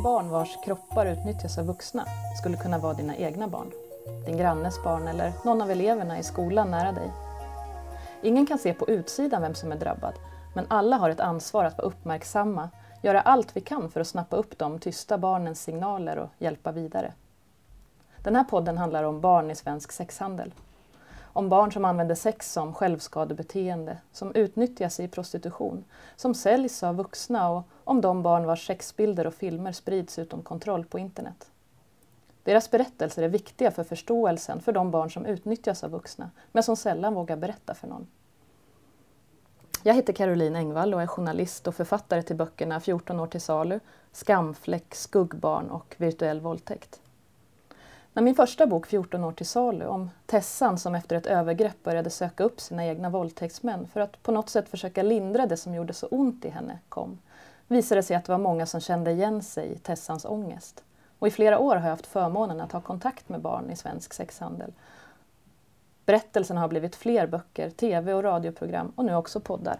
barn vars kroppar utnyttjas av vuxna skulle kunna vara dina egna barn, din grannes barn eller någon av eleverna i skolan nära dig. Ingen kan se på utsidan vem som är drabbad, men alla har ett ansvar att vara uppmärksamma, göra allt vi kan för att snappa upp de tysta barnens signaler och hjälpa vidare. Den här podden handlar om barn i svensk sexhandel. Om barn som använder sex som självskadebeteende, som utnyttjas i prostitution, som säljs av vuxna och om de barn vars sexbilder och filmer sprids utom kontroll på internet. Deras berättelser är viktiga för förståelsen för de barn som utnyttjas av vuxna, men som sällan vågar berätta för någon. Jag heter Caroline Engvall och är journalist och författare till böckerna 14 år till salu, Skamfläck, Skuggbarn och Virtuell våldtäkt. När min första bok 14 år till salu om Tessan som efter ett övergrepp började söka upp sina egna våldtäktsmän för att på något sätt försöka lindra det som gjorde så ont i henne kom, visade det sig att det var många som kände igen sig i Tessans ångest. Och i flera år har jag haft förmånen att ha kontakt med barn i svensk sexhandel. Berättelserna har blivit fler böcker, tv- och radioprogram och nu också poddar.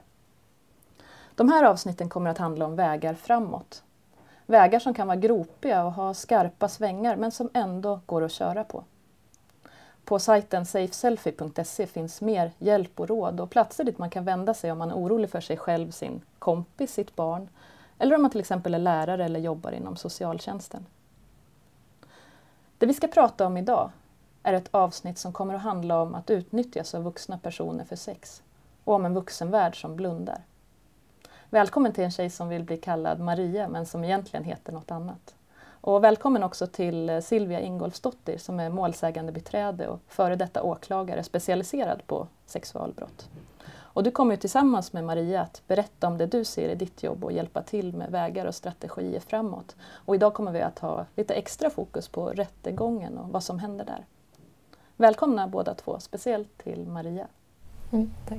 De här avsnitten kommer att handla om vägar framåt. Vägar som kan vara gropiga och ha skarpa svängar men som ändå går att köra på. På sajten safeselfie.se finns mer hjälp och råd och platser dit man kan vända sig om man är orolig för sig själv, sin kompis, sitt barn eller om man till exempel är lärare eller jobbar inom socialtjänsten. Det vi ska prata om idag är ett avsnitt som kommer att handla om att utnyttjas av vuxna personer för sex och om en vuxenvärld som blundar. Välkommen till en tjej som vill bli kallad Maria men som egentligen heter något annat. Och välkommen också till Silvia Ingolfsdottir som är målsägande beträde och före detta åklagare specialiserad på sexualbrott. Och du kommer ju tillsammans med Maria att berätta om det du ser i ditt jobb och hjälpa till med vägar och strategier framåt. Och idag kommer vi att ha lite extra fokus på rättegången och vad som händer där. Välkomna båda två, speciellt till Maria. Tack.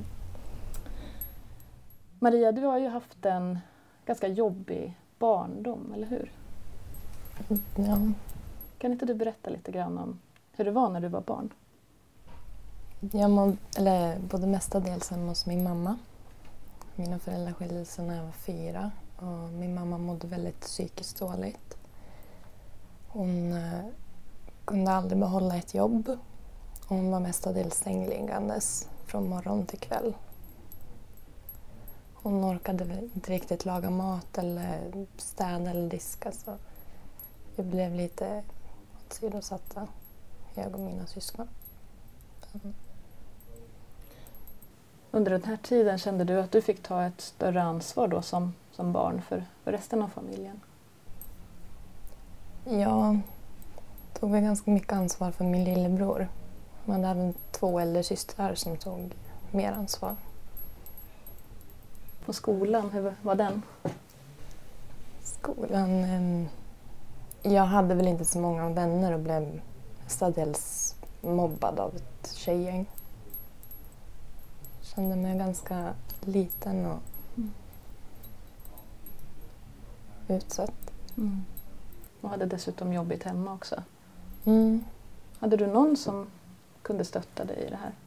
Maria, du har ju haft en ganska jobbig barndom, eller hur? Ja. Kan inte du berätta lite grann om hur det var när du var barn? Jag bodde mestadels hemma hos min mamma. Mina föräldrar skilde sig när jag var 4 och min mamma mådde väldigt psykiskt dåligt. Hon kunde aldrig behålla ett jobb. Hon var mestadels sängliggandes från morgon till kväll. Hon orkade inte riktigt laga mat eller städa eller diska så vi blev lite åsidosatta, jag och mina syskon. Under den här tiden kände du att du fick ta ett större ansvar då som barn för resten av familjen? Jag tog väl ganska mycket ansvar för min lillebror. Man hade även 2 äldre systrar som tog mer ansvar. Och skolan, hur var den? Skolan... Jag hade väl inte så många vänner och blev stadels mobbad av ett tjejgäng. Kände mig ganska liten och utsatt. Mm. Och hade dessutom jobbigt hemma också. Mm. Hade du någon som kunde stötta dig i det här?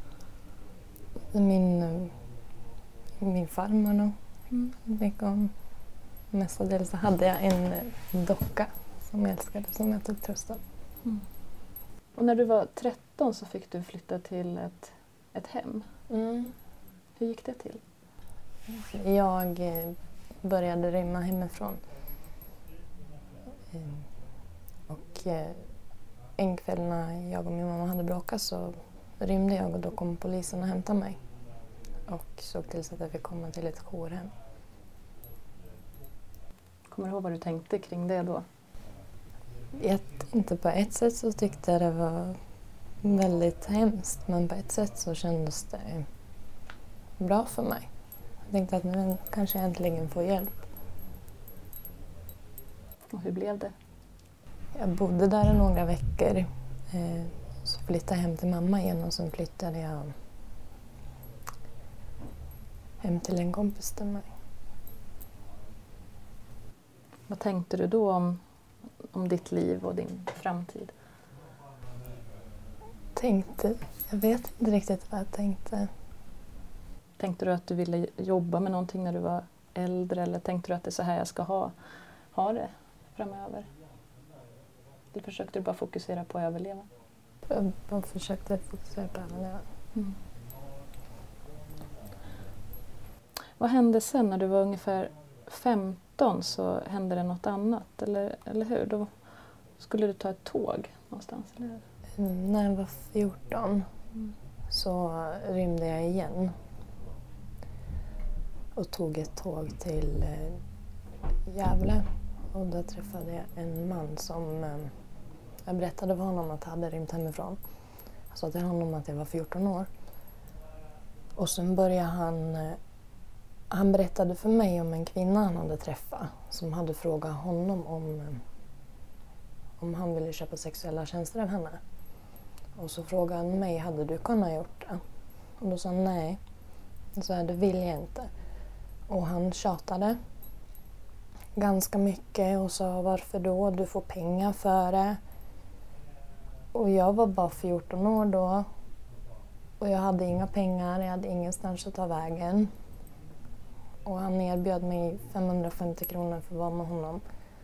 Min farmor nog. Mestadels så hade jag en docka som jag älskade, som jag tog tröst av. Mm. Och när du var 13 så fick du flytta till ett hem. Mm. Hur gick det till? Jag började rymma hemifrån. Och en kväll när jag och min mamma hade bråkat så rymde jag och då kom polisen och hämtade mig. Och såg till så att jag fick komma till ett jourhem. Kommer du ihåg vad du tänkte kring det då? Inte på ett sätt så tyckte jag det var väldigt hemskt. Men på ett sätt så kändes det bra för mig. Jag tänkte att nu kanske jag äntligen får hjälp. Och hur blev det? Jag bodde där några veckor. Så flyttade jag hem till mamma igen och sen flyttade jag hem till en kompis till mig. Vad tänkte du då om ditt liv och din framtid? Jag vet inte riktigt vad jag tänkte. Tänkte du att du ville jobba med någonting när du var äldre eller tänkte du att det är så här jag ska ha det framöver? Eller försökte du bara fokusera på att överleva? Jag bara försökte fokusera på att överleva. Mm. Vad hände sen när du var ungefär 15 så hände det något annat, eller hur? Då skulle du ta ett tåg någonstans, eller hur? När jag var 14 så rymde jag igen och tog ett tåg till Gävle. Och där träffade jag en man som jag berättade för honom att jag hade rymt hemifrån. Jag sa till honom att jag var 14 år. Och sen började han berättade för mig om en kvinna han hade träffat som hade frågat honom om han ville köpa sexuella tjänster av henne. Och så frågade han mig, hade du kunnat gjort det? Och då sa han nej. Och så det vill jag inte. Och han tjatade ganska mycket och sa varför då? Du får pengar för det. Och jag var bara 14 år då. Och jag hade inga pengar, jag hade ingenstans att ta vägen. Och han erbjöd mig 550 kronor för att vara med honom.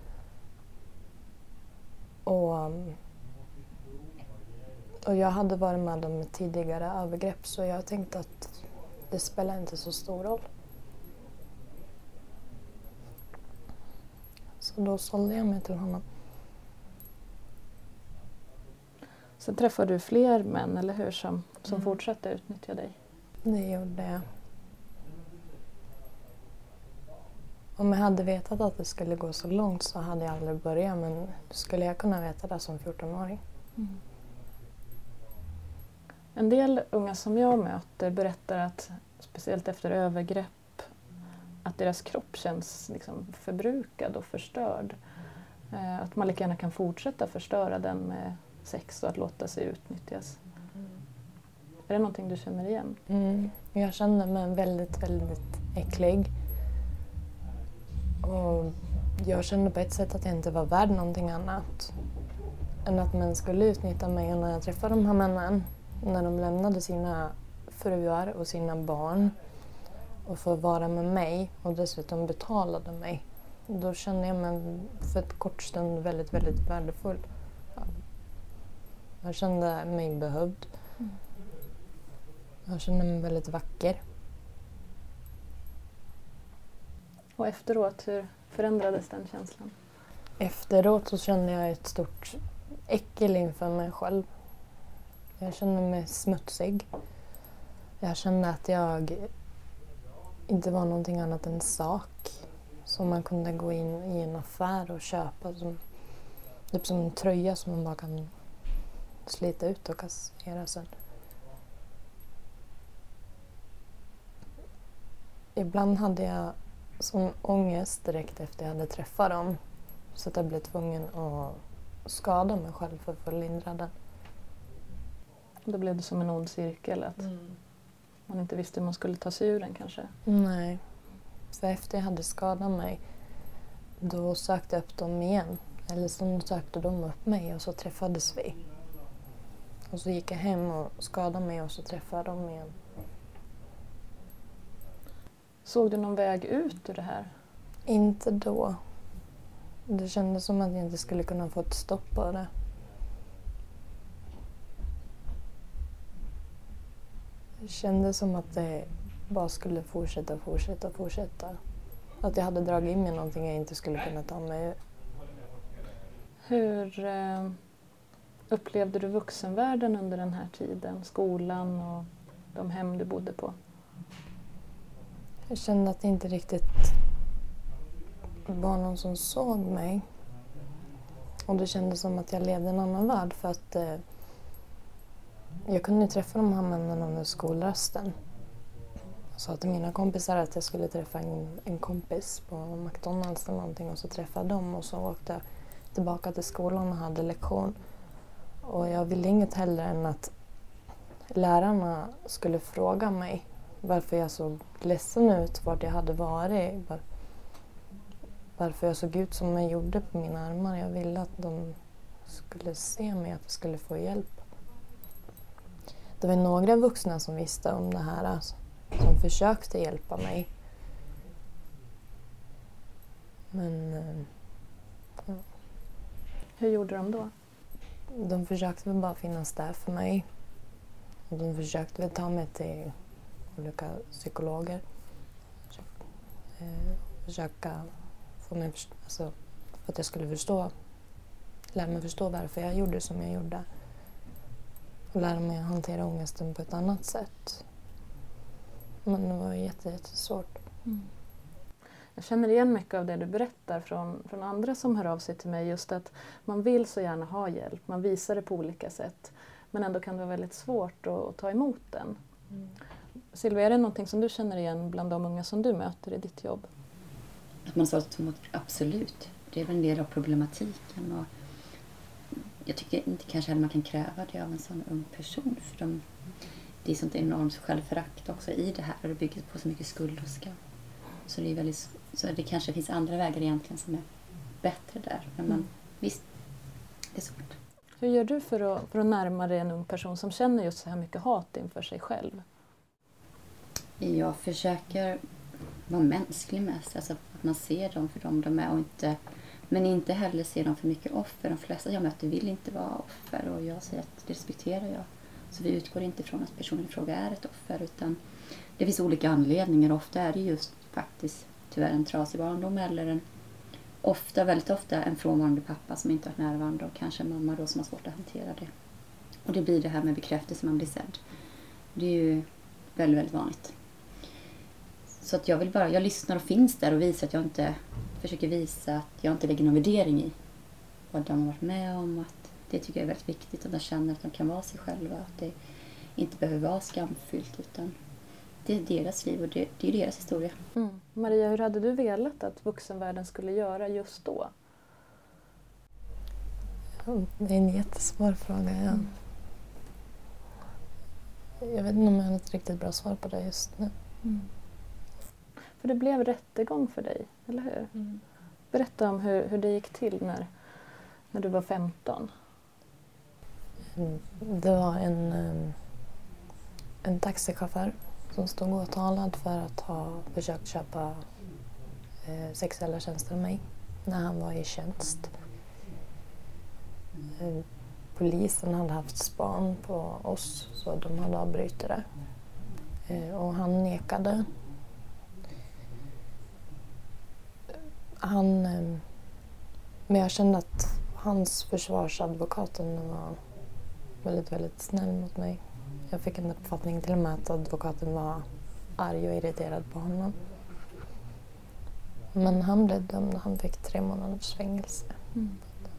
Och jag hade varit med om ett tidigare övergrepp så jag tänkte att det spelar inte så stor roll. Så då sålde jag mig till honom. Sen träffade du fler män, eller hur, som fortsatte utnyttja dig? Det gjorde jag. Om jag hade vetat att det skulle gå så långt så hade jag aldrig börjat, men skulle jag kunna veta det som 14-åring? Mm. En del unga som jag möter berättar att, speciellt efter övergrepp, att deras kropp känns liksom förbrukad och förstörd. Att man lika gärna kan fortsätta förstöra den med sex och att låta sig utnyttjas. Är det någonting du känner igen? Jag känner mig väldigt, väldigt äcklig. Och jag kände på ett sätt att jag inte var värd någonting annat än att män skulle utnyttja mig. Och när jag träffade de här männen, när de lämnade sina fruar och sina barn och få vara med mig och dessutom betalade mig, då kände jag mig för ett kort stund väldigt, väldigt värdefull. Jag kände mig behövd. Jag kände mig väldigt vacker. Och efteråt, hur förändrades den känslan? Efteråt så kände jag ett stort äckel inför mig själv. Jag kände mig smutsig. Jag kände att jag inte var någonting annat än sak som man kunde gå in i en affär och köpa. Typ som en tröja som man bara kan slita ut och kassera sen. Ibland hade jag sån ångest direkt efter jag hade träffat dem så att jag blev tvungen att skada mig själv för att få lindra den. Då blev det som en ond cirkel, att man inte visste hur man skulle ta sig ur den kanske? Nej, för efter jag hade skadat mig då sökte jag upp dem igen. Eller så sökte de upp mig och så träffades vi. Och så gick jag hem och skadade mig och så träffade jag dem igen. Såg du någon väg ut ur det här? Inte då. Det kändes som att jag inte skulle kunna få ett stopp på det. Det kändes som att det bara skulle fortsätta. Att jag hade dragit in mig någonting jag inte skulle kunna ta mig ur. Hur upplevde du vuxenvärlden under den här tiden? Skolan och de hem du bodde på? Jag kände att det inte riktigt var någon som såg mig. Och det kändes som att jag levde i en annan värld för att jag kunde träffa de här männen under skolrasten. Jag sa till mina kompisar att jag skulle träffa en kompis på McDonalds eller någonting och så träffade dem och så åkte jag tillbaka till skolan och hade lektion. Och jag ville inget hellre än att lärarna skulle fråga mig varför jag såg ledsen ut, vart jag hade varit, varför jag såg ut som jag gjorde på mina armar. Jag ville att de skulle se mig, att jag skulle få hjälp. Det var några vuxna som visste om det här, alltså, som försökte hjälpa mig. Men ja. Hur gjorde de då? De försökte väl bara finnas där för mig. Och de försökte väl ta mig till olika psykologer. Försöka få mig för att jag skulle lära mig förstå varför jag gjorde som jag gjorde. Och lära mig att hantera ångesten på ett annat sätt. Men det var jättesvårt. Mm. Jag känner igen mycket av det du berättar från andra som hör av sig till mig. Just att man vill så gärna ha hjälp. Man visar det på olika sätt. Men ändå kan det vara väldigt svårt att ta emot den. Mm. Silvia, är det någonting som du känner igen bland de unga som du möter i ditt jobb? Att man sa att absolut. Det är väl en del av problematiken. Och jag tycker inte kanske att man kan kräva det av en sån ung person. För det är sånt enormt självförakt också i det här. Och det bygger på så mycket skuld och skam. Så det kanske finns andra vägar egentligen som är bättre där. Men visst, det är svårt. Hur gör du för att närma dig en ung person som känner just så här mycket hat inför sig själv? Jag försöker vara mänsklig mest. Alltså att man ser dem för dem de är. Men inte heller se dem för mycket offer. De flesta jag möter vill inte vara offer. Och jag säger att det respekterar jag. Så vi utgår inte från att personen i fråga är ett offer. Utan det finns olika anledningar. Ofta är det just faktiskt tyvärr en trasig barndom. Eller väldigt ofta en frånvarande pappa som inte är närvarande. Och kanske en mamma då som har svårt att hantera det. Och det blir det här med bekräftelse man blir sedd. Det är ju väldigt, väldigt vanligt. Så att jag lyssnar och finns där och försöker visa att jag inte lägger någon värdering i vad de har varit med om. Att det tycker jag är väldigt viktigt att de känner att de kan vara sig själva. Att det inte behöver vara skamfyllt utan det är deras liv och det är deras historia. Mm. Maria, hur hade du velat att vuxenvärlden skulle göra just då? Det är en jättesvår fråga. Jag vet inte om jag har ett riktigt bra svar på det just nu. Mm. För det blev rättegång för dig, eller hur? Mm. Berätta om hur det gick till när du var 15. Det var en taxichaufför som stod åtalad för att ha försökt köpa sexuella tjänster av mig när han var i tjänst. Polisen hade haft span på oss så de hade avbrutit det. Och han nekade. Men jag kände att hans försvarsadvokaten var väldigt, väldigt snäll mot mig. Jag fick en uppfattning till och med att advokaten var arg och irriterad på honom. Men han blev dömd och han fick 3 månaders fängelse. Mm.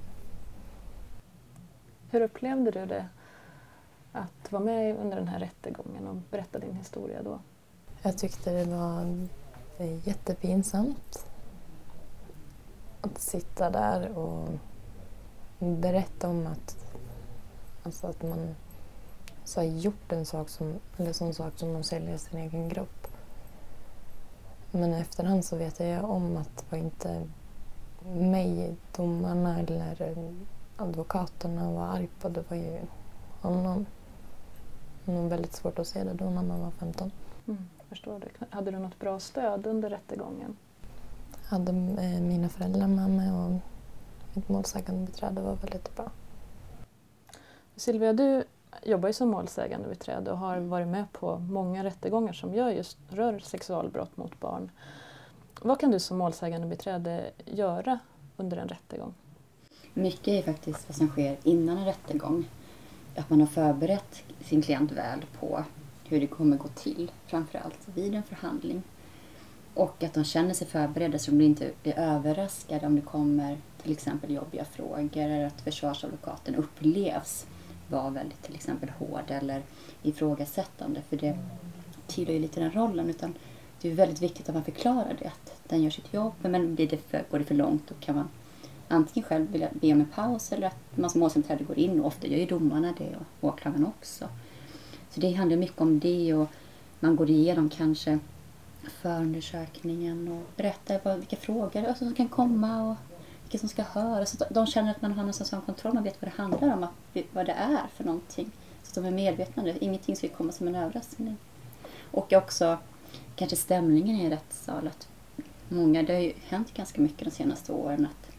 Hur upplevde du det att vara med under den här rättegången och berätta din historia då? Jag tyckte det var jättepinsamt att sitta där och berätta om att man så har gjort en sak sån sak som att sälja sin egen kropp. Men efterhand så vet jag om att det var inte mig, domarna eller advokaterna var arg på. Det var ju honom. Det var väldigt svårt att se det då när man var 15. Förstår du. Hade du något bra stöd under rättegången? Jag hade mina föräldrar med mig och mitt målsägandebiträde var väldigt bra. Silvia, du jobbar ju som målsägandebiträde och har varit med på många rättegångar som rör sexualbrott mot barn. Vad kan du som målsägandebiträde göra under en rättegång? Mycket är faktiskt vad som sker innan en rättegång. Att man har förberett sin klient väl på hur det kommer gå till, framförallt vid en förhandling. Och att de känner sig förberedda så de inte blir överraskade om det kommer till exempel jobbiga frågor eller att försvarsadvokaten upplevs vara väldigt till exempel hård eller ifrågasättande. För det tillhör ju lite den rollen, utan det är väldigt viktigt att man förklarar det. Att den gör sitt jobb, men blir det går det för långt då kan man antingen själv vilja be om en paus eller att man som målsägandebiträde går in, och ofta gör ju domarna det och åklagarna också. Så det handlar mycket om det, och man går igenom kanske förundersökningen och berättar vilka frågor som kan komma och vilka som ska höra. Så de känner att man har någon sån kontroll, man vet vad det handlar om, vad det är för någonting. Så de är medvetna om det. Ingenting ska komma som en överraskning. Och också kanske stämningen i en rättssal. Att det har ju hänt ganska mycket de senaste åren att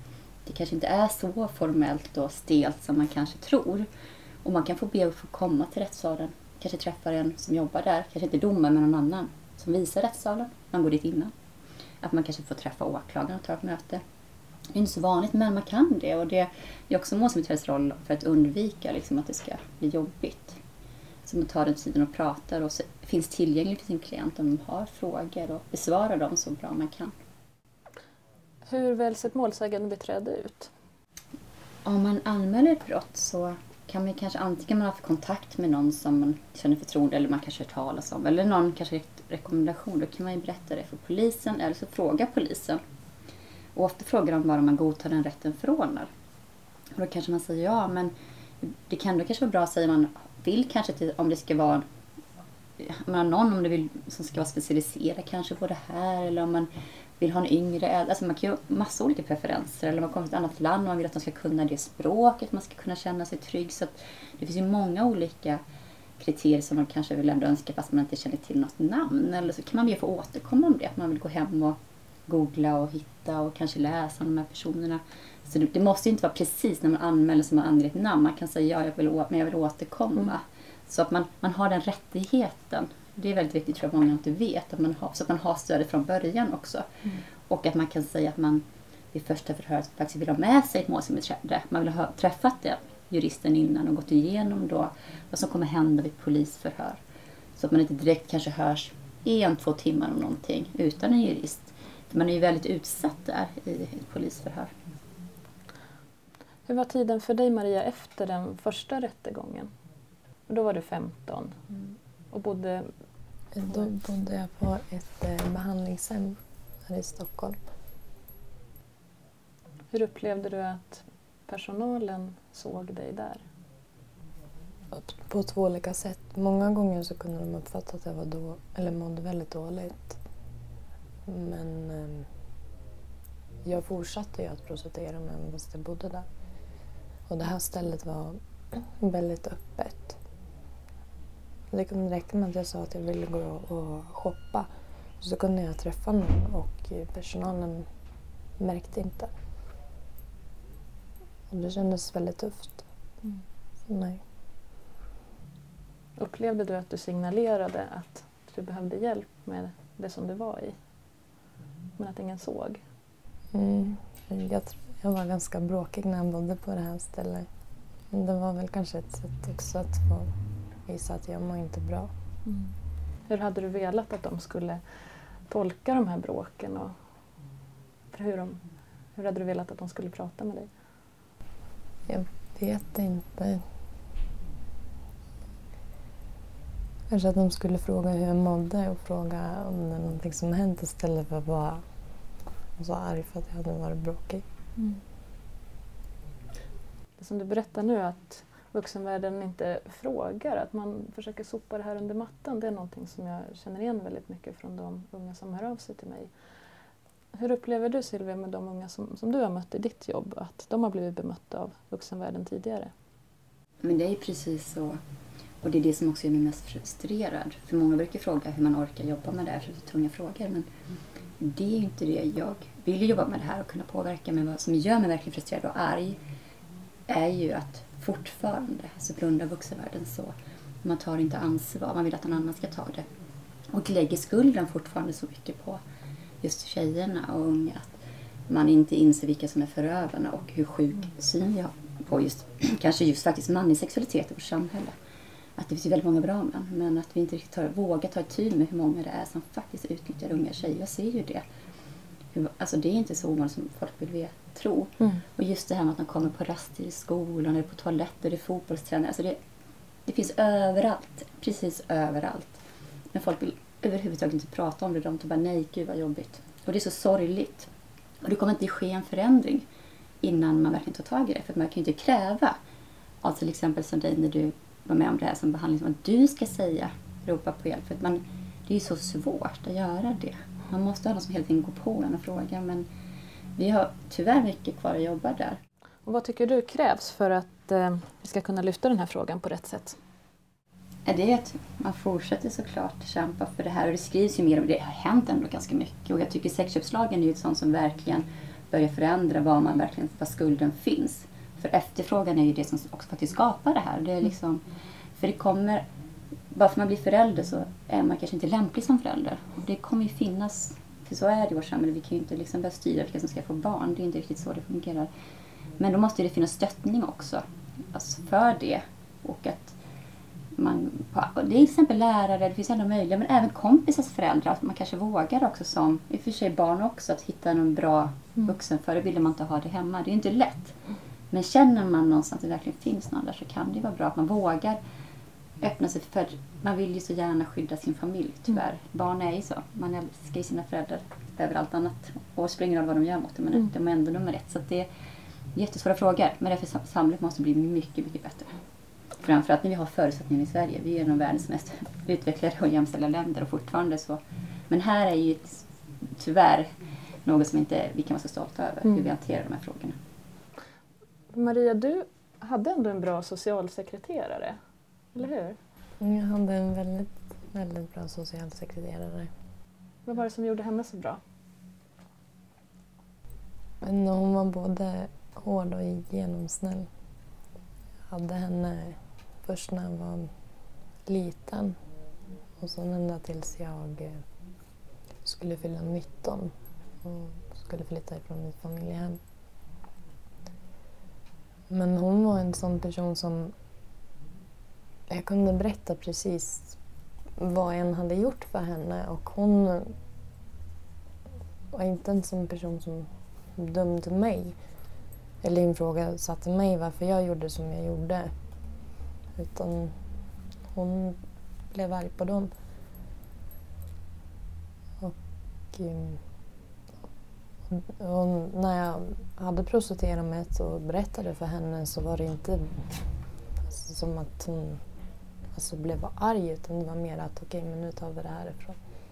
det kanske inte är så formellt och stelt som man kanske tror. Och man kan få be att få komma till rättssalen. Kanske träffa en som jobbar där. Kanske inte domare men någon annan som visar rättssalen. Man går dit innan. Att man kanske får träffa åklagaren och ta ett möte. Det är inte så vanligt men man kan det. Och det är också målsmedets roll för att undvika liksom, att det ska bli jobbigt. Så man tar den tiden och pratar och finns tillgänglig för sin klient om de har frågor och besvarar dem så bra man kan. Hur väljs ett målsägandebiträde ut? Om man anmäler ett brott så kan man kanske antingen ha haft kontakt med någon som man känner förtroende eller man kanske hör talas om. Eller någon kanske rekommendation. Då kan man ju berätta det för polisen eller så frågar polisen. Och ofta frågar de bara om man godtar den rätten förordnar. Och då kanske man säger ja, men det kan då kanske vara bra att säga man vill kanske till, om det ska vara någon om det vill, som ska vara specialiserad kanske på det här eller om man vill ha en yngre, alltså man kan ju ha massa olika preferenser eller man kommer till ett annat land och man vill att de ska kunna det språket, man ska kunna känna sig trygg så att det finns ju många olika kriterier som man kanske vill ändå önska fast man inte känner till något namn eller så kan man be få återkomma om det, att man vill gå hem och googla och hitta och kanske läsa om de här personerna. Så det måste ju inte vara precis när man anmäler som man anger ett namn. Man kan säga ja, jag vill återkomma. Så att man har den rättigheten. Det är väldigt viktigt tror jag många inte vet. Att så att man har stödet från början också. Och att man kan säga att man vid första förhöret faktiskt vill ha med sig ett målsägandebiträde. Man vill ha träffat den juristen innan och gått igenom då vad som kommer hända vid polisförhör. Så att man inte direkt kanske hörs 1-2 timmar om någonting utan en jurist. För man är ju väldigt utsatt där i ett polisförhör. Hur var tiden för dig Maria efter den första rättegången? Då var du 15 och bodde... Då bodde jag på ett behandlingshem här i Stockholm. Hur upplevde du att personalen såg dig där? På 2 olika sätt. Många gånger så kunde de uppfatta att jag mådde väldigt dåligt. Men jag fortsatte ju att prostituera mig fast jag bodde där. Och det här stället var väldigt öppet. Det kunde räcka med att jag sa att jag ville gå och shoppa. Så kunde jag träffa någon och personalen märkte inte. Och det kändes väldigt tufft för mig. Upplevde du att du signalerade att du behövde hjälp med det som du var i? Men att ingen såg? Jag var ganska bråkig när jag bodde på det här stället. Men det var väl kanske ett sätt också att få visa att jag mår inte bra. Hur hade du velat att de skulle tolka de här bråken? Och hur hade du velat att de skulle prata med dig? Jag vet inte. Kanske att de skulle fråga hur jag mådde och fråga om det är någonting som hänt istället för att vara så arg för att jag hade varit bråkig. Det som du berättar nu att vuxenvärlden inte frågar, att man försöker sopa det här under mattan, det är någonting som jag känner igen väldigt mycket från de unga som hör av sig till mig. Hur upplever du Silvia med de unga som du har mött i ditt jobb, att de har blivit bemötta av vuxenvärlden tidigare? Men det är ju precis så. Och det är det som också gör mig mest frustrerad. För många brukar fråga hur man orkar jobba med det här, för det är tunga frågor. Men det är ju inte det. Jag vill jobba med det här och kunna påverka. Men vad som gör mig verkligen frustrerad och arg är ju att fortfarande så blundar vuxenvärlden så. Man tar inte ansvar, man vill att någon annan ska ta det. Och lägger skulden fortfarande så mycket på just tjejerna och unga. Att man inte inser vilka som är förövarna och hur sjuk syn vi har på kanske just faktiskt manlig sexualitet i vårt samhälle. Att det finns väldigt många bra män, men att vi inte riktigt vågar ta tid med hur många det är som faktiskt utnyttjar unga tjejer. Jag ser ju det. Alltså det är inte så ovanligt som folk vill tro. Och just det här med att man kommer på raster i skolan eller på toaletter, i fotbollstränare. Alltså det finns överallt, precis överallt. Men folk vill överhuvudtaget inte prata om det. De tar bara nej, gud vad jobbigt. Och det är så sorgligt. Och det kommer inte ske en förändring innan man verkligen tar tag i det. För man kan ju inte kräva, alltså till exempel som dig när du var med om det här som behandling, som att du ska säga, ropa på hjälp. För att det är ju så svårt att göra det. Man måste ha någon som hela tiden går på en och frågar, men vi har tyvärr mycket kvar att jobba där. Och vad tycker du krävs för att vi ska kunna lyfta den här frågan på rätt sätt? Det är att man fortsätter såklart kämpa för det här. Och det skrivs ju mer om det. Det har hänt ändå ganska mycket. Och jag tycker sexköpslagen är ju ett sånt som verkligen börja förändra var skulden finns. För efterfrågan är ju det som också faktiskt skapar det här. Det är liksom, för det kommer, bara för man blir förälder så är man kanske inte lämplig som förälder. Det kommer ju finnas, för så är det i vårt samhälle, vi kan ju inte liksom börja styra vilka som ska få barn. Det är inte riktigt så det fungerar. Men då måste det finnas stöttning också, alltså för det. Och att det är till exempel lärare, det finns ändå möjlighet, men även kompisars föräldrar, att man kanske vågar också som, i och för sig barn också, att hitta en bra vuxenförebild om man inte har det hemma. Det är inte lätt. Men känner man någonstans att det verkligen finns någon där, så kan det vara bra att man vågar öppna sig, för man vill ju så gärna skydda sin familj, tyvärr. Barn är ju så. Man älskar ju sina föräldrar över allt annat. Och springer av vad de gör mot det, men de är ändå nummer ett. Så att det är jättesvåra frågor. Men därför samhället måste bli mycket, mycket bättre. Framförallt när vi har förutsättningar i Sverige. Vi är en av världens mest utvecklade och jämställda länder och fortfarande så. Men här är ju tyvärr något som inte vi kan vara så stolta över, hur vi hanterar de här frågorna. Maria, du hade ändå en bra socialsekreterare, eller hur? Jag hade en väldigt, väldigt bra socialsekreterare. Vad var det som gjorde henne så bra? Men hon var både hård och genomsnäll. Jag hade henne först när jag var liten och sen ända tills jag skulle fylla 19 och skulle flytta ifrån mitt familjehem. Men hon var en sån person som jag kunde berätta precis vad en hade gjort för henne, och hon var inte en sån person som dömde mig eller ifrågasatte mig varför jag gjorde som jag gjorde, utan hon blev arg på dem. Och när jag hade prostituerat mig och berättade för henne, så var det inte som att hon blev arg, utan det var mer att okej, men nu tar vi det härifrån.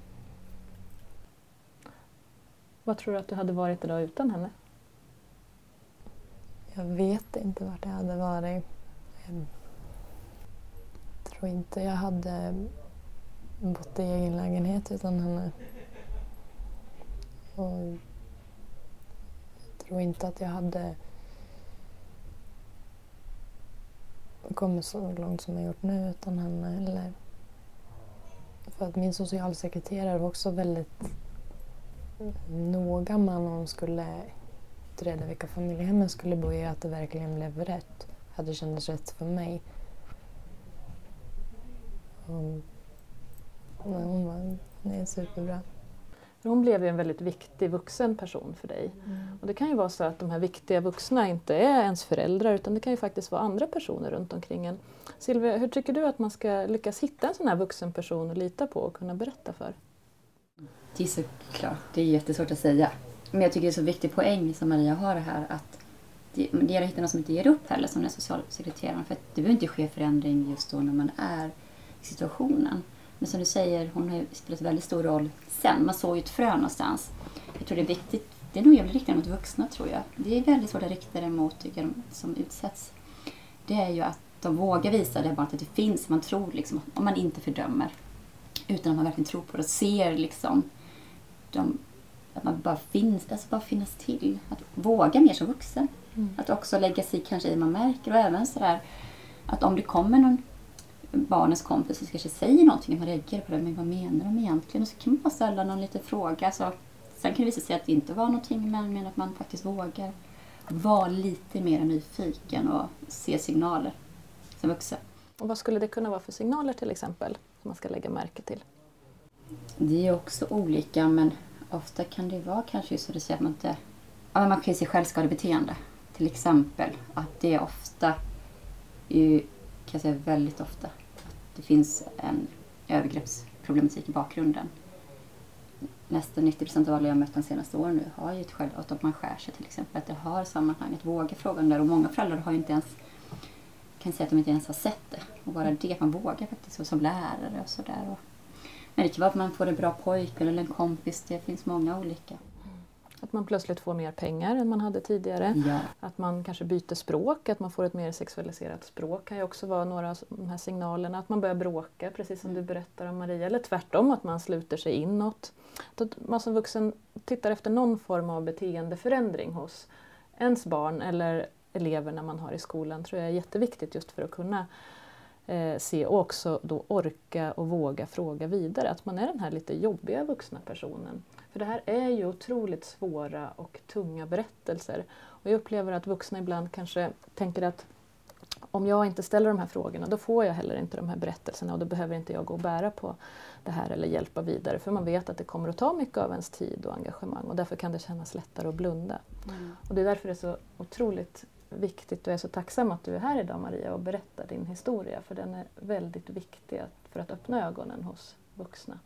Vad tror du att du hade varit idag utan henne? Jag vet inte vart jag hade varit. Jag tror inte jag hade bott i egen lägenhet utan henne. Och jag tror inte att jag hade kommit så långt som jag gjort nu utan henne. Eller för att min socialsekreterare var också väldigt noga med när hon skulle utreda vilka familjehem jag skulle bo i, att det verkligen blev rätt. Att det kändes rätt för mig. Hon är superbra. Hon blev ju en väldigt viktig vuxen person för dig. Och det kan ju vara så att de här viktiga vuxna inte är ens föräldrar, utan det kan ju faktiskt vara andra personer runt omkring en. Silvia, hur tycker du att man ska lyckas hitta en sån här vuxen person att lita på och kunna berätta för? Det är såklart, det är jättesvårt att säga. Men jag tycker det är så viktig poäng som Maria har det här, att det gäller att hitta någon som inte ger upp heller, som den socialsekreteraren. För att det behöver inte ske förändring just då när man är i situationen. Men som du säger, hon har ju spelat väldigt stor roll sen. Man såg ju ett frö någonstans. Jag tror det är viktigt, det är nog jävligt riktat mot vuxna, tror jag. Det är väldigt svårt att rikta det mot, tycker jag, som utsätts. Det är ju att de vågar visa det barnet att det finns, man tror liksom, om man inte fördömer. Utan att man verkligen tror på det och ser liksom att man bara finns, alltså bara finnas till. Att våga mer som vuxen. Att också lägga sig kanske i man märker, och även sådär att om det kommer någon barnens kompis som kanske säger någonting, man reagerar på det, men vad menar de egentligen? Och så kan man bara ställa någon liten fråga. Så, sen kan det visa sig att det inte var någonting, men att man faktiskt vågar vara lite mer nyfiken och se signaler som vuxen. Och vad skulle det kunna vara för signaler till exempel som man ska lägga märke till? Det är också olika, men ofta kan det vara kanske så att säga att man inte... Ja, man kan ju se självskadebeteende. Till exempel att det är ofta, kan jag säga väldigt ofta, att det finns en övergreppsproblematik i bakgrunden. Nästan 90% av alla jag mött de senaste åren nu har ju ett självhat, att man skär sig till exempel. Att det har sammanhang, att våga frågan där. Och många föräldrar har ju inte ens, kan säga att de inte ens har sett det. Och bara det att man vågar faktiskt, som lärare och sådär. Men det kan vara att man får en bra pojke eller en kompis. Det finns många olika. Att man plötsligt får mer pengar än man hade tidigare. Ja. Att man kanske byter språk, att man får ett mer sexualiserat språk kan ju också vara några av de här signalerna. Att man börjar bråka, precis som du berättar om Maria. Eller tvärtom, att man sluter sig inåt. Att man som vuxen tittar efter någon form av beteendeförändring hos ens barn eller eleverna man har i skolan tror jag är jätteviktigt just för att kunna se och också då orka och våga fråga vidare. Att man är den här lite jobbiga vuxna personen. För det här är ju otroligt svåra och tunga berättelser. Och jag upplever att vuxna ibland kanske tänker att om jag inte ställer de här frågorna då får jag heller inte de här berättelserna och då behöver inte jag gå och bära på det här eller hjälpa vidare. För man vet att det kommer att ta mycket av ens tid och engagemang och därför kan det kännas lättare att blunda. Och det är därför det är så otroligt viktigt och jag är så tacksam att du är här idag Maria och berättar din historia för den är väldigt viktig för att öppna ögonen hos vuxna.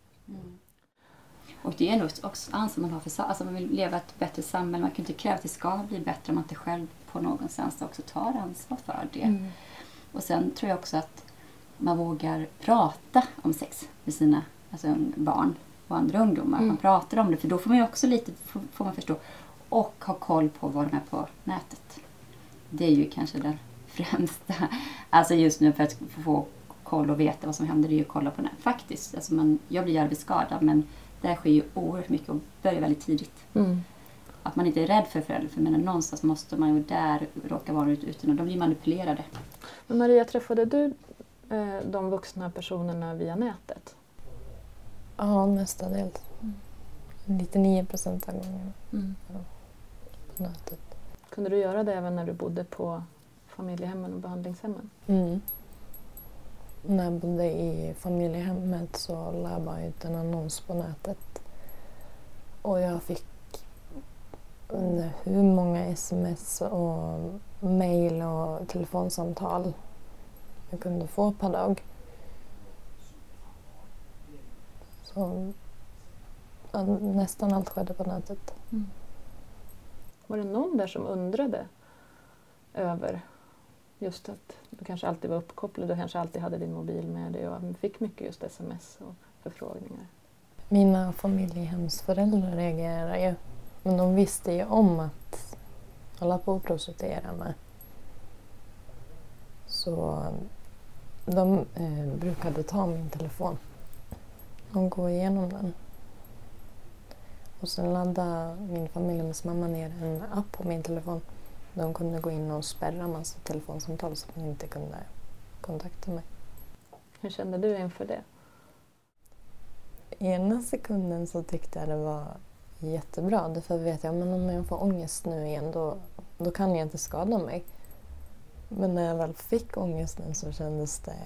Och det är nog också ansvar man har för alltså man vill leva ett bättre samhälle. Man kan inte kräva att det ska bli bättre om man inte själv på någonstans också tar ansvar för det. Och sen tror jag också att man vågar prata om sex med sina barn och andra ungdomar. Man pratar om det för då får man ju också lite får man förstå och ha koll på vad de är på nätet. Det är ju kanske den främsta. Alltså just nu för att få koll och veta vad som händer är ju att kolla på nätet. Faktiskt. Alltså jag blir arbetsskadad men det sker ju oerhört mycket och börjar väldigt tidigt. Att man inte är rädd för föräldrar. För någonstans måste man ju där råka vara ute och de blir manipulerade. Men Maria, träffade du de vuxna personerna via nätet? Ja, mestadels. 99% av gångerna. På nätet. Kunde du göra det även när du bodde på familjehemmen och behandlingshemmen? När jag bodde i familjehemmet så la jag ut en annons på nätet. Och jag fick hur många sms och mejl och telefonsamtal jag kunde få per dag. Så nästan allt skedde på nätet. Var det någon där som undrade över just att du kanske alltid var uppkopplad, du kanske alltid hade din mobil med dig och fick mycket just sms och förfrågningar? Mina familjehemsföräldrar reagerade ju. Men de visste ju om att hålla på och prostituera mig. Så de brukade ta min telefon och gå igenom den. Och sen laddade min familjehemsmamma ner en app på min telefon. De kunde gå in och spärra massa telefonsamtal så att de inte kunde kontakta mig. Hur kände du inför det? Ena sekunden så tyckte jag det var jättebra. Därför vet jag men om jag får ångest nu igen då kan jag inte skada mig. Men när jag väl fick ångesten så kändes det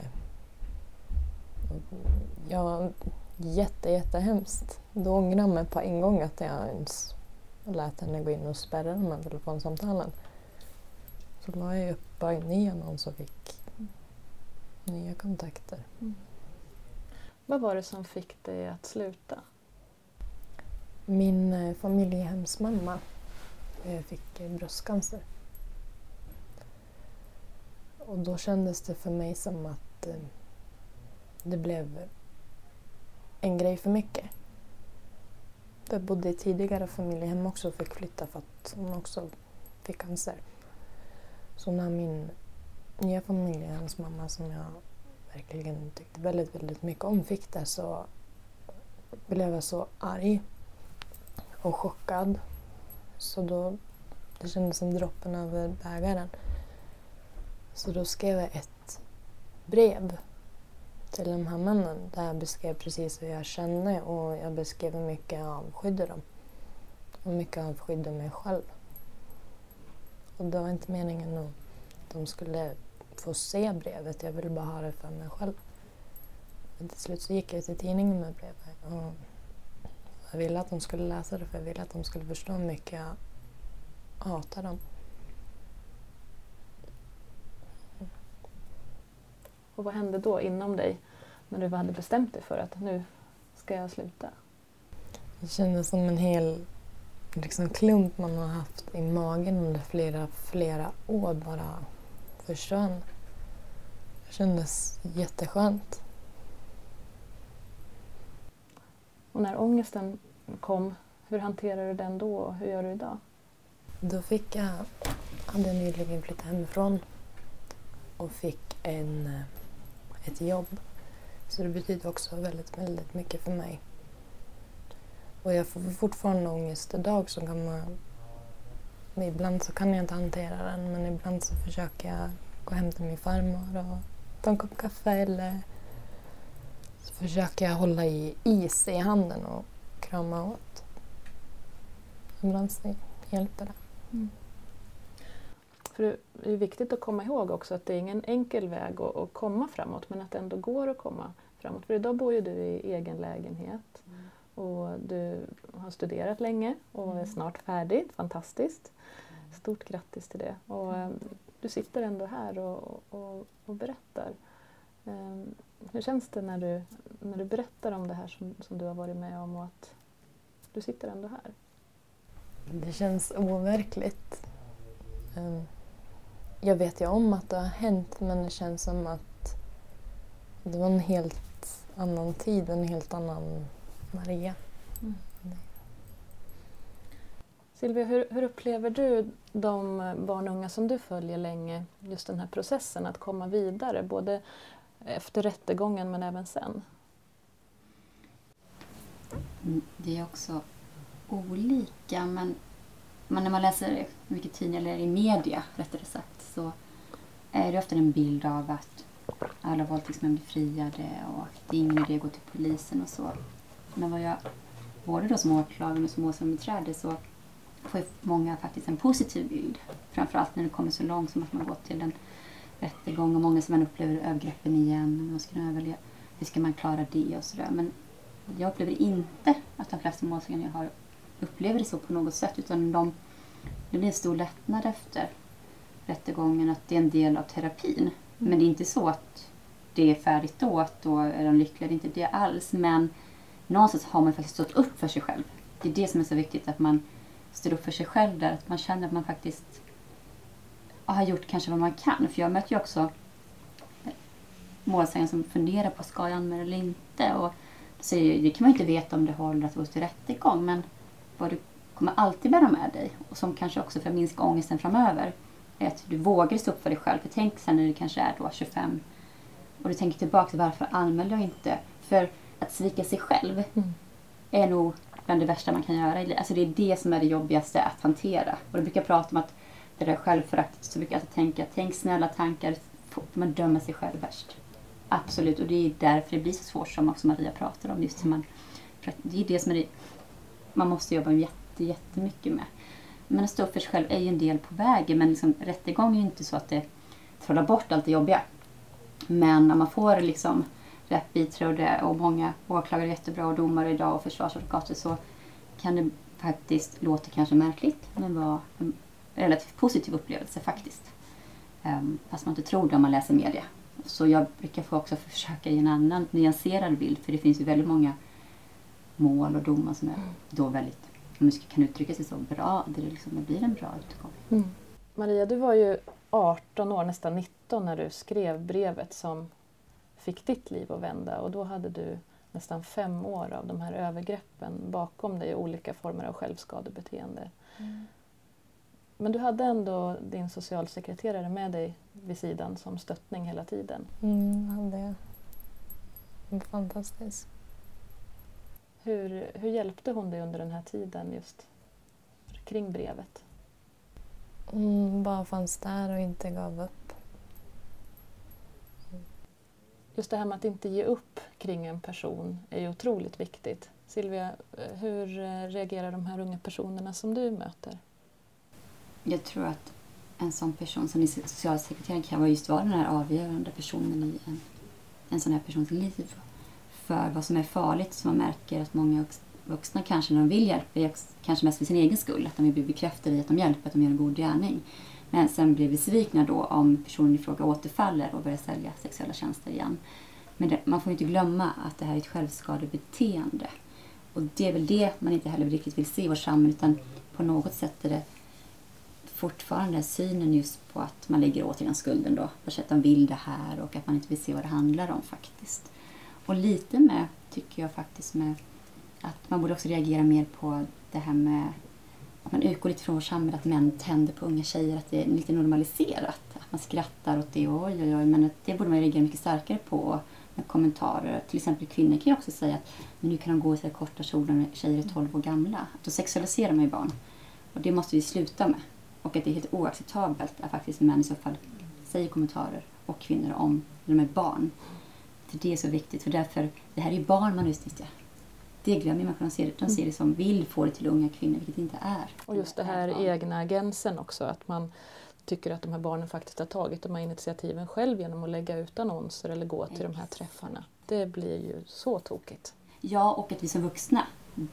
jättehemskt. Då ångrade jag mig på en gång att jag ens lät henne gå in och spärra de här telefonsamtalen. Så la jag upp bara en ny annons och fick nya kontakter. Vad var det som fick dig att sluta? Min familjehemsmamma fick bröstcancer. Och då kändes det för mig som att det blev en grej för mycket. Jag bodde i tidigare familjehem också och fick flytta för att hon också fick cancer. Så när min nya familjehemsmamma som jag verkligen tyckte väldigt, väldigt mycket om fick det så blev jag så arg och chockad. Så då det kändes som droppen över bägaren. Så då skrev jag ett brev till de här männen där jag beskrev precis hur jag kände och jag beskrev hur mycket jag avskydde dem. Och mycket avskydde mig själv. Och det var inte meningen att de skulle få se brevet. Jag ville bara ha det för mig själv. Men till slut så gick jag till tidningen med brevet. Och jag ville att de skulle läsa det för jag ville att de skulle förstå hur mycket jag hatar dem. Och vad hände då inom dig när du hade bestämt dig för att nu ska jag sluta? Det kändes som en hel klump man har haft i magen under flera år bara försvann. Det kändes jätteskönt. Och när ångesten kom, Hur hanterar du den då och hur gör du idag? Då hade jag nyligen flyttat hemifrån och fick ett jobb. Så det betyder också väldigt, väldigt mycket för mig. Och jag får fortfarande ångest idag så kan man... Ibland så kan jag inte hantera den, men ibland så försöker jag gå hem till min farmor och ta en kopp kaffe eller så försöker jag hålla i is i handen och krama åt. Ibland så hjälper det. Mm. För det är viktigt att komma ihåg också att det är ingen enkel väg att komma framåt, men att det ändå går att komma framåt. För idag bor ju du i egen lägenhet och du har studerat länge och är snart färdig. Fantastiskt. Stort grattis till det. Och du sitter ändå här och berättar. Hur känns det när du berättar om det här som du har varit med om och att du sitter ändå här? Det känns overkligt. Jag vet ju om att det har hänt, men det känns som att det var en helt annan tid, en helt annan Maria. Mm. Silvia, hur upplever du de barn och unga som du följer länge, just den här processen att komma vidare, både efter rättegången men även sen? Det är också olika, men när man läser mycket tidningar eller i media rättare sagt, så är det ofta en bild av att alla våldtäktsmän blir friade och att det är ingen idé att gå till polisen och så. Men vad jag, både då som åklagare och som målsägandebiträde, så får många faktiskt en positiv bild. Framförallt när det kommer så långt som att man går till en rättegång och många som man upplever övergreppen igen. Hur ska man klara det och sådär. Men jag upplever inte att de flesta målsägande jag har upplever det så på något sätt, utan det blir en stor lättnad efter rättegången att det är en del av terapin. Men det är inte så att det är färdigt då, att då är de lyckliga. Det är inte det alls, men någonstans har man faktiskt stått upp för sig själv. Det är det som är så viktigt, att man står upp för sig själv där, att man känner att man faktiskt har gjort kanske vad man kan. För jag möter ju också målsägande som funderar på ska jag anmäla eller inte, och säger, det kan man inte veta om det håller att gå till rättegång, men vad du kommer alltid bära med dig och som kanske också för att minska ångesten framöver är att du vågar stå upp för dig själv. För tänk sen när du kanske är då 25 och du tänker tillbaka till varför anmälde jag inte? För att svika sig själv är nog bland det värsta man kan göra. Alltså det är det som är det jobbigaste att hantera. Och då brukar jag prata om att det där självföraktet, så brukar jag alltid tänk snälla tankar, man dömer sig själv värst. Absolut, och det är därför det blir så svårt som också Maria pratar om. Just det är det som är det, man måste jobba jättemycket med. Men att stå upp för sig själv är ju en del på vägen, men liksom, rättegång är ju inte så att det trollar bort allt det jobbiga. Men när man får liksom rätt biträde och många åklagare jättebra och domare idag och försvarsadvokater, så kan det faktiskt låta kanske märkligt, men vara en relativt positiv upplevelse faktiskt. Fast man inte tror det om man läser media. Så jag brukar få också försöka ge en annan nyanserad bild, för det finns ju väldigt många mål och domar som är då väldigt, om man kan uttrycka sig så, bra, där det blir en bra utgång. Maria, du var ju 18 år, nästan 19 när du skrev brevet som fick ditt liv att vända, och då hade du nästan 5 år av de här övergreppen bakom dig, olika former av självskadebeteende. Men du hade ändå din socialsekreterare med dig vid sidan som stöttning hela tiden. Hade jag. Det var fantastiskt. Hur hjälpte hon dig under den här tiden just kring brevet? Hon bara fanns där och inte gav upp. Just det här med att inte ge upp kring en person är ju otroligt viktigt. Silvia, hur reagerar de här unga personerna som du möter? Jag tror att en sån person som socialsekreteraren kan vara den här avgörande personen i en sån här persons liv. För vad som är farligt, som man märker att många vuxna kanske när de vill hjälpa, kanske mest för sin egen skull, att de vill bli bekräftade i att de hjälper, att de gör en god gärning. Men sen blir besvikna då om personen i fråga återfaller och börjar sälja sexuella tjänster igen. Men man får inte glömma att det här är ett självskadebeteende. Och det är väl det man inte heller riktigt vill se i vårt samhälle, utan på något sätt är det fortfarande synen just på att man lägger återigen skulden då. För att de vill det här och att man inte vill se vad det handlar om faktiskt. Och lite med, tycker jag faktiskt, med Att man borde också reagera mer på det här med att man utgår lite från vårt samhälle att män tänder på unga tjejer, att det är lite normaliserat. Att man skrattar åt det, oj, men det borde man ju reagera mycket starkare på med kommentarer. Till exempel kvinnor kan ju också säga att men nu kan de gå i så här korta kjolar när tjejer är 12 år gamla. Då sexualiserar man ju barn. Och det måste vi sluta med. Och att det är helt oacceptabelt att faktiskt män i så fall säger kommentarer och kvinnor om när de är barn. För det är så viktigt, för därför, det här är ju barn man utnyttjar. Det glömmer man, de ser det som vill få det till unga kvinnor, vilket det inte är. Och just det här egna agensen också, att man tycker att de här barnen faktiskt har tagit de här initiativen själv genom att lägga ut annonser eller gå till de här träffarna. Det blir ju så tokigt. Ja, och att vi som vuxna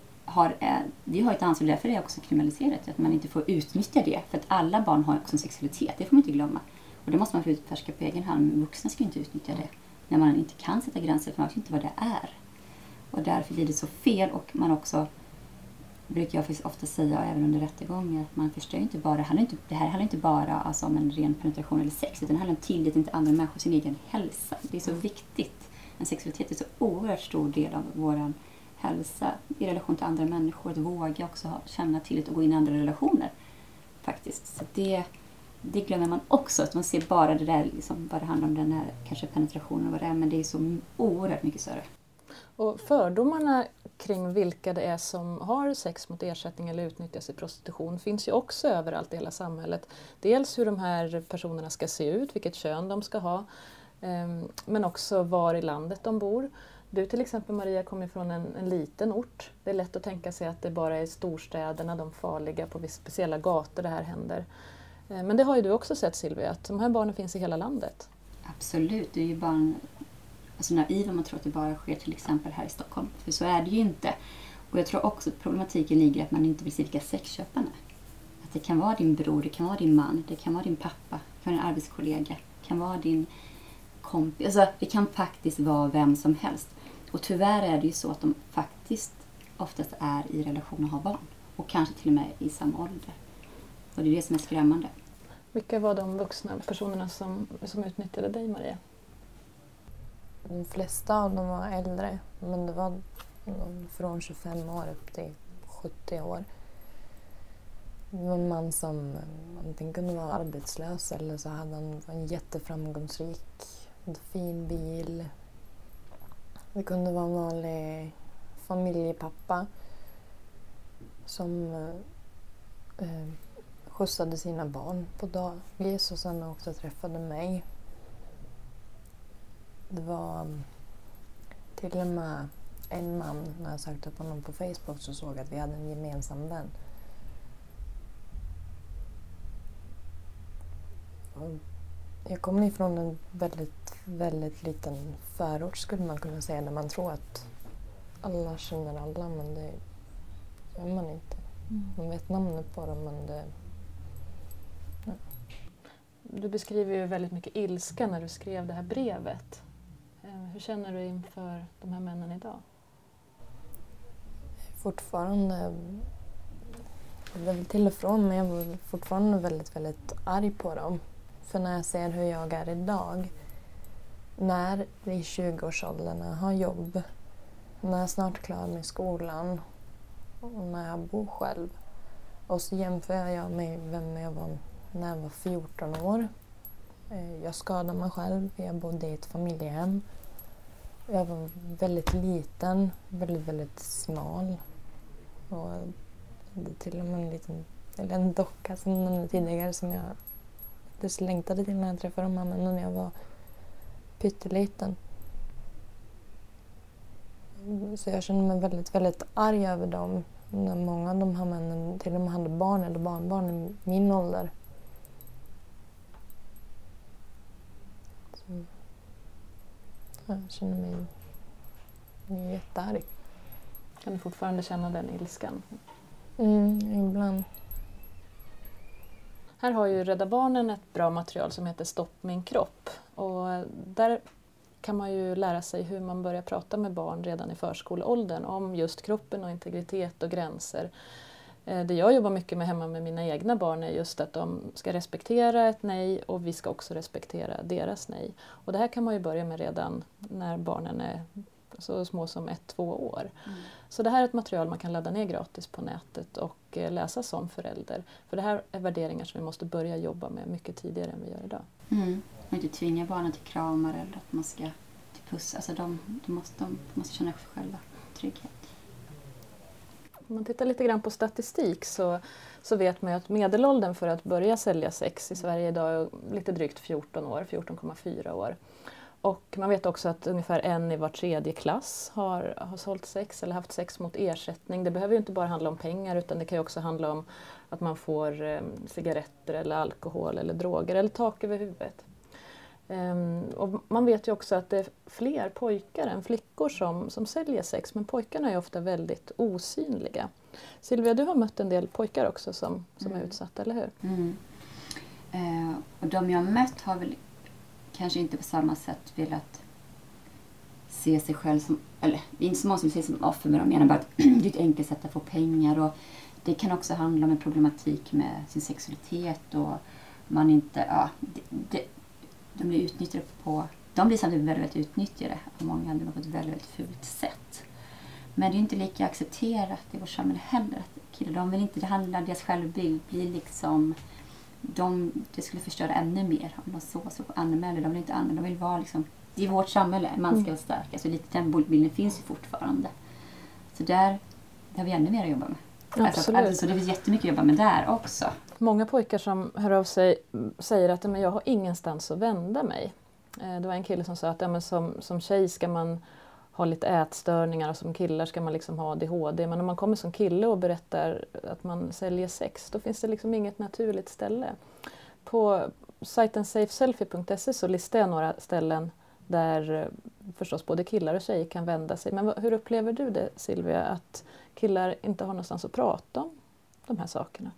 vi har ett ansvar, därför är det också kriminaliserat, att man inte får utnyttja det. För att alla barn har också en sexualitet, det får man inte glömma. Och det måste man få utfärska på egen hand, men vuxna ska inte utnyttja det. När man inte kan sätta gränser, för man vet inte vad det är. Och därför blir det så fel, och man också, brukar jag ofta säga även under rättegångar, att man förstår inte bara, det här handlar inte bara alltså om en ren penetration eller sex, utan det handlar om tillit till andra människor, sin egen hälsa. Det är så viktigt. En sexualitet är så oerhört stor del av vår hälsa i relation till andra människor, att våga också känna tillit och gå in i andra relationer faktiskt. Så det glömmer man också, att man ser bara det där, liksom, vad det handlar om den här kanske penetrationen och vad det är, men det är så oerhört mycket större. Och fördomarna kring vilka det är som har sex mot ersättning eller utnyttjas i prostitution finns ju också överallt i hela samhället. Dels hur de här personerna ska se ut, vilket kön de ska ha, men också var i landet de bor. Du till exempel, Maria, kommer från en liten ort. Det är lätt att tänka sig att det bara är storstäderna, de farliga, på speciella gator det här händer. Men det har ju du också sett, Silvia, att de här barnen finns i hela landet. Absolut, det är ju bara alltså naiv om man tror att det bara sker till exempel här i Stockholm. För så är det ju inte. Och jag tror också att problematiken ligger att man inte vill se vilka sexköparna är. Att det kan vara din bror, det kan vara din man, det kan vara din pappa, det kan vara en arbetskollega, det kan vara din kompis. Alltså det kan faktiskt vara vem som helst. Och tyvärr är det ju så att de faktiskt oftast är i relation och har barn. Och kanske till och med i samma ålder. Och det är det som är skrämmande. Vilka var de vuxna personerna som utnyttjade dig, Maria? De flesta av dem var äldre, men det var från 25 år upp till 70 år. Det var en man som antingen kunde vara arbetslös eller så hade han en jätteframgångsrik, en fin bil. Det kunde vara en vanlig familjepappa som skjutsade sina barn på dagis och sen också träffade mig. Det var till och med en man, när jag sökte upp honom på Facebook så såg jag att vi hade en gemensam vän. Jag kommer ifrån en väldigt, väldigt liten förort skulle man kunna säga, där man tror att alla känner alla, men det gör man inte. Man vet namnet på dem, men det... Ja. Du beskriver ju väldigt mycket ilska när du skrev det här brevet. Hur känner du inför de här männen idag? Fortfarande, väl till och från, men jag är fortfarande väldigt, väldigt arg på dem. För när jag ser hur jag är idag, när vi i 20-årsåldern har jobb, när jag är snart klar med skolan och när jag bor själv. Och så jämför jag med vem jag var när jag var 14 år. Jag skadade mig själv, jag bodde i ett familjehem. Jag var väldigt liten, väldigt, väldigt smal. Och det till och med en docka som jag nämnde tidigare som jag längtade till när jag träffade de här männen när jag var pytteliten. Så jag känner mig väldigt, väldigt arg över dem. När många av de här männen till och med hade barn eller barnbarn i min ålder. Så jag känner mig jättearg. Kan du fortfarande känna den ilskan? Ibland. Här har ju Rädda Barnen ett bra material som heter Stopp min kropp. Och där kan man ju lära sig hur man börjar prata med barn redan i förskoleåldern om just kroppen och integritet och gränser. Det jag jobbar mycket med hemma med mina egna barn är just att de ska respektera ett nej och vi ska också respektera deras nej. Och det här kan man ju börja med redan när barnen är så små som 1-2 år. Så det här är ett material man kan ladda ner gratis på nätet och läsa som förälder. För det här är värderingar som vi måste börja jobba med mycket tidigare än vi gör idag. Och inte tvinga barnen till kramar eller att man ska till puss. Alltså de måste känna själva trygghet. Om man tittar lite grann på statistik så vet man ju att medelåldern för att börja sälja sex i Sverige idag är lite drygt 14 år, 14,4 år. Och man vet också att ungefär 1 i var 3:e klass har sålt sex eller haft sex mot ersättning. Det behöver ju inte bara handla om pengar utan det kan ju också handla om att man får cigaretter eller alkohol eller droger eller tak över huvudet. Och man vet ju också att det är fler pojkar än flickor som säljer sex, men pojkarna är ofta väldigt osynliga. Silvia, du har mött en del pojkar också som är utsatta, eller hur? Och de jag har mött har väl kanske inte på samma sätt velat se sig själv som, eller inte så många som ser som offer, men de menar bara att det är ett enkelt sätt att få pengar, och det kan också handla om en problematik med sin sexualitet och man inte, de blir utnyttjade de blir samtidigt väldigt utnyttjade av många andra på ett väldigt fult sätt. Men det är inte lika accepterat i vårt samhälle heller att killar, de vill inte, det handlar, deras självbild blir liksom, det skulle förstöra ännu mer om de så anmäler, de vill inte anmäla, de vill vara liksom, i vårt samhälle, man ska vara stark, alltså lite den bilden finns ju fortfarande. Så där har vi ännu mer att jobba med. Absolut. Så det finns jättemycket att jobba med där också. Många pojkar som hör av sig säger att men jag har ingenstans att vända mig. Det var en kille som sa att som tjej ska man ha lite ätstörningar och som killar ska man liksom ha ADHD. Men om man kommer som kille och berättar att man säljer sex, då finns det liksom inget naturligt ställe. På sajten safeselfie.se så listar jag några ställen där förstås både killar och tjejer kan vända sig. Men hur upplever du det, Silvia, att killar inte har någonstans att prata om de här sakerna?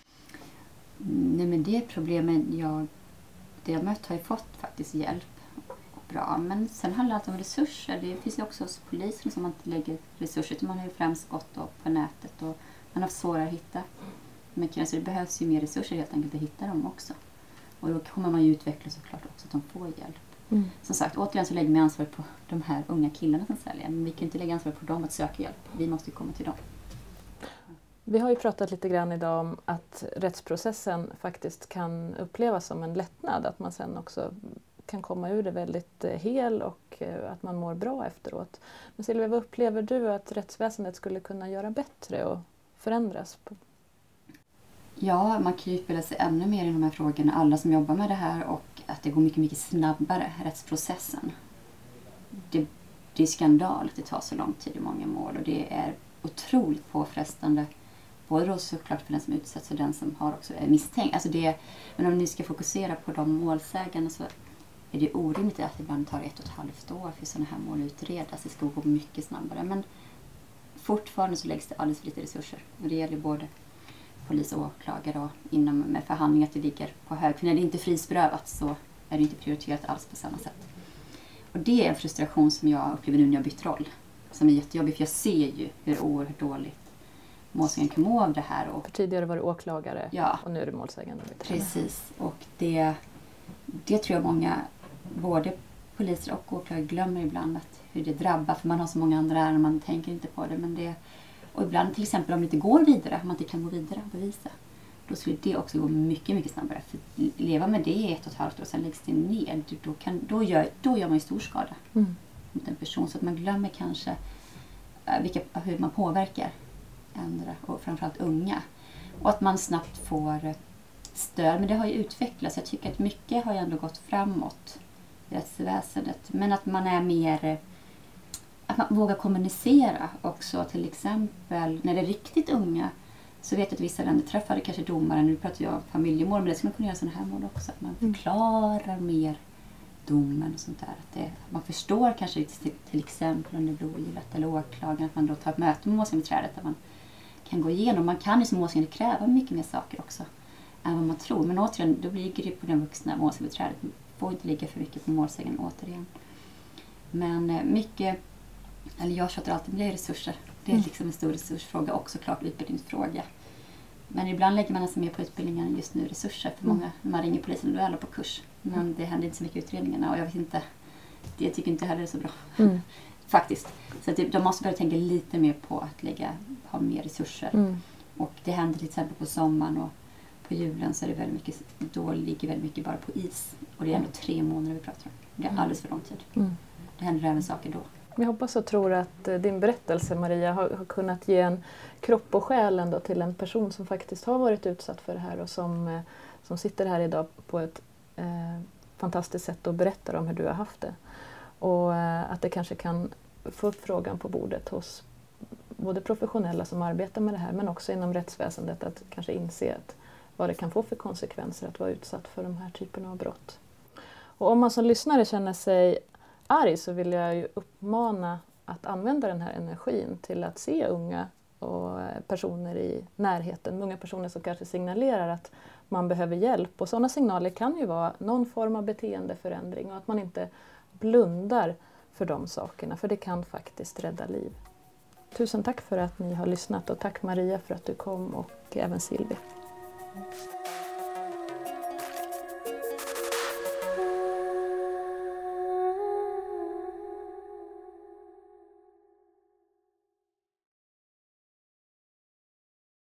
Nej, men det problemet det jag mött har ju fått faktiskt hjälp. Bra, men sen handlar det om resurser. Det finns ju också hos polisen som man inte lägger resurser till. Man har ju främst gått på nätet och man har svårare att hitta. Men så det behövs ju mer resurser helt enkelt att hitta dem också. Och då kommer man ju utveckla såklart också att de får hjälp. Som sagt, återigen så lägger vi ansvar på de här unga killarna som säljer. Men vi kan inte lägga ansvar på dem att söka hjälp. Vi måste komma till dem. Vi har ju pratat lite grann idag om att rättsprocessen faktiskt kan upplevas som en lättnad. Att man sen också kan komma ur det väldigt hel och att man mår bra efteråt. Men Silvia, vad upplever du att rättsväsendet skulle kunna göra bättre och förändras? Ja, man kan ju utbilda sig ännu mer i de här frågorna, alla som jobbar med det här, och att det går mycket, mycket snabbare, rättsprocessen. Det är skandal att det tar så lång tid i många mål, och det är otroligt påfrestande. Både då såklart för den som utsätts och den som har också är misstänkt. Alltså men om ni ska fokusera på de målsägande så är det orimligt att det ibland tar 1,5 år för sådana här mål att utredas. Det ska gå mycket snabbare. Men fortfarande så läggs det alldeles för lite resurser. Och det gäller både polis och åklagare och med förhandlingar att det ligger på hög. För när det inte är frihetsberövat så är det inte prioriterat alls på samma sätt. Och det är en frustration som jag upplever nu när jag bytt roll. Som är jättejobbig, för jag ser ju hur oerhört dåligt målsäganden kan må av det här. Och för tidigare var det åklagare och nu är det målsägande. Precis, och det tror jag många, både poliser och åklagare, glömmer ibland att hur det drabbar. För man har så många andra ärenden, man tänker inte på det. Men och ibland till exempel om det inte går vidare, om man inte kan gå vidare och bevisa, då skulle det också gå mycket, mycket snabbare. För leva med det i 1,5 år och sen läggs det ner, då gör man ju stor skada mot en person. Så att man glömmer kanske hur man påverkar andra och framförallt unga. Och att man snabbt får stöd. Men det har ju utvecklats. Jag tycker att mycket har ju ändå gått framåt i rättsväsendet. Men att man är mer, att man vågar kommunicera också. Till exempel när det är riktigt unga, så vet jag att vissa länder träffade kanske domaren. Nu pratar jag om familjemål, men det ska man kunna göra sådana här mål också. Att man förklarar mer domen och sånt där. Att man förstår kanske till exempel om det blir ogillat eller åklagaren, att man då tar ett möte med målsägandebiträdet där man kan gå igenom. Man kan ju som målsägande kräva mycket mer saker också än vad man tror. Men återigen, då ligger det på den vuxna målsägandebiträdet. Man får inte ligga för mycket på målsäganden återigen. Men mycket, eller jag tjatar alltid, men det är resurser. Det är liksom en stor resursfråga och såklart utbildningsfråga. Men ibland lägger man alltså mer på utbildningen just nu resurser. För många, när man ringer polisen, då är alla på kurs. Men det händer inte så mycket i utredningarna, och jag vet inte, det tycker inte heller är så bra. Faktiskt. Så att de måste börja tänka lite mer på att ha mer resurser. Och det händer till exempel på sommaren och på julen så är det väldigt mycket, då ligger väldigt mycket bara på is. Och det är ändå 3 månader vi pratar om. Det är alldeles för lång tid. Det händer även saker då. Jag hoppas och tror att din berättelse, Maria, har kunnat ge en kropp och själ ändå till en person som faktiskt har varit utsatt för det här och som sitter här idag på ett fantastiskt sätt och berättar om hur du har haft det. Och att det kanske kan få upp frågan på bordet hos både professionella som arbetar med det här men också inom rättsväsendet att kanske inse vad det kan få för konsekvenser att vara utsatt för de här typerna av brott. Och om man som lyssnare känner sig arg så vill jag ju uppmana att använda den här energin till att se unga och personer i närheten, unga personer som kanske signalerar att man behöver hjälp. Och sådana signaler kan ju vara någon form av beteendeförändring och att man inte blundar för de sakerna, för det kan faktiskt rädda liv. Tusen tack för att ni har lyssnat och tack Maria för att du kom och även Silvi.